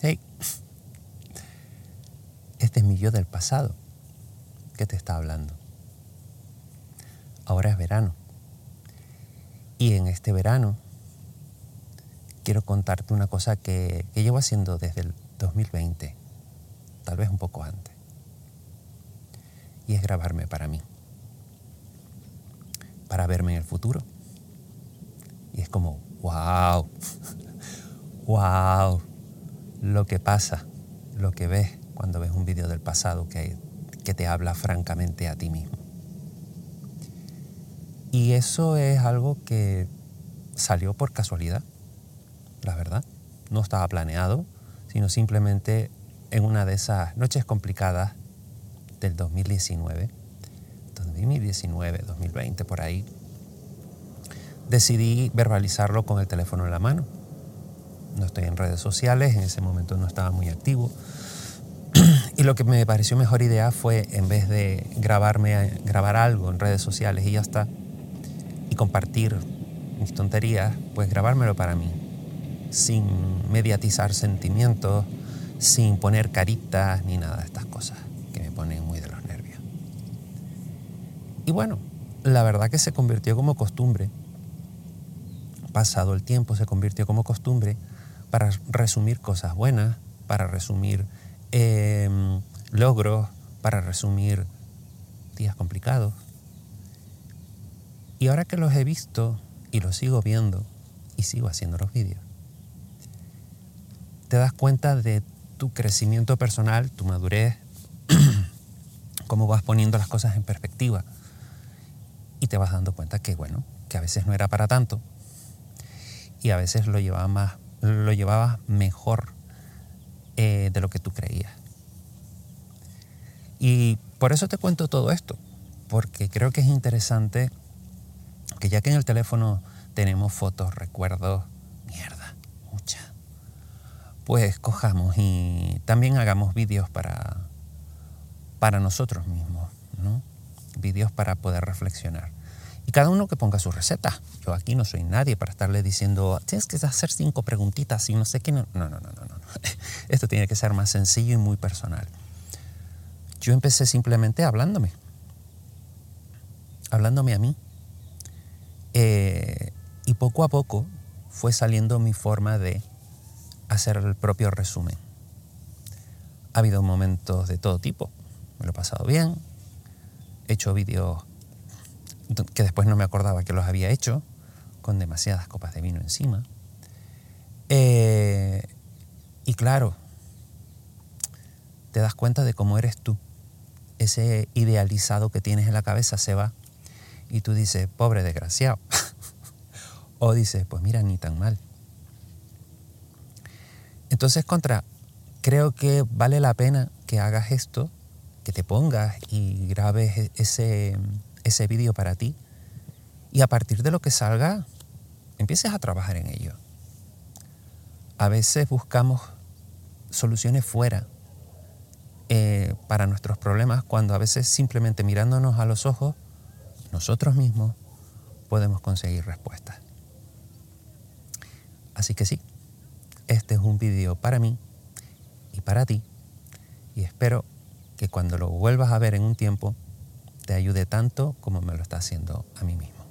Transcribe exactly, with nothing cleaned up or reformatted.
Hey, este es mi yo del pasado que te está hablando. Ahora es verano. Y en este verano quiero contarte una cosa que, que llevo haciendo desde el dos mil veinte, tal vez un poco antes. Y es grabarme para mí, para verme en el futuro. Y es como, wow, wow, lo que pasa, lo que ves cuando ves un vídeo del pasado que, que te habla francamente a ti mismo. Y eso es algo que salió por casualidad, la verdad. No estaba planeado, sino simplemente en una de esas noches complicadas del dos mil diecinueve, dos mil diecinueve, dos mil veinte, por ahí, decidí verbalizarlo con el teléfono en la mano. No estoy en redes sociales, en ese momento no estaba muy activo. Y lo que me pareció mejor idea fue, en vez de grabarme, grabar algo en redes sociales y ya está, y compartir mis tonterías, pues grabármelo para mí, sin mediatizar sentimientos, sin poner caritas ni nada de estas cosas que me ponen muy de los nervios. Y bueno, la verdad que se convirtió como costumbre. Pasado el tiempo se convirtió como costumbre para resumir cosas buenas, para resumir eh, logros, para resumir días complicados. Y ahora que los he visto y los sigo viendo y sigo haciendo los vídeos, te das cuenta de tu crecimiento personal, tu madurez, cómo vas poniendo las cosas en perspectiva. Y te vas dando cuenta que, bueno, que a veces no era para tanto y a veces lo llevaba más, lo llevabas mejor eh, de lo que tú creías. Y por eso te cuento todo esto, porque creo que es interesante que ya que en el teléfono tenemos fotos, recuerdos, mierda, mucha, pues cojamos y también hagamos vídeos para, para nosotros mismos, ¿no? Vídeos para poder reflexionar. Y cada uno que ponga su receta. Yo aquí no soy nadie para estarle diciendo, tienes que hacer cinco preguntitas y no sé qué. No, no, no, no, no, no. Esto tiene que ser más sencillo y muy personal. Yo empecé simplemente hablándome. Hablándome a mí. Eh, y poco a poco fue saliendo mi forma de hacer el propio resumen. Ha habido momentos de todo tipo. Me lo he pasado bien. He hecho vídeos que después no me acordaba que los había hecho, con demasiadas copas de vino encima. Eh, y claro, te das cuenta de cómo eres tú. Ese idealizado que tienes en la cabeza se va y tú dices, pobre desgraciado. O dices, pues mira, ni tan mal. Entonces, contra, creo que vale la pena que hagas esto, que te pongas y grabes ese, ese vídeo para ti y a partir de lo que salga, empieces a trabajar en ello. A veces buscamos soluciones fuera eh, para nuestros problemas cuando a veces simplemente mirándonos a los ojos, nosotros mismos podemos conseguir respuestas. Así que sí, este es un vídeo para mí y para ti y espero que cuando lo vuelvas a ver en un tiempo te ayude tanto como me lo está haciendo a mí mismo.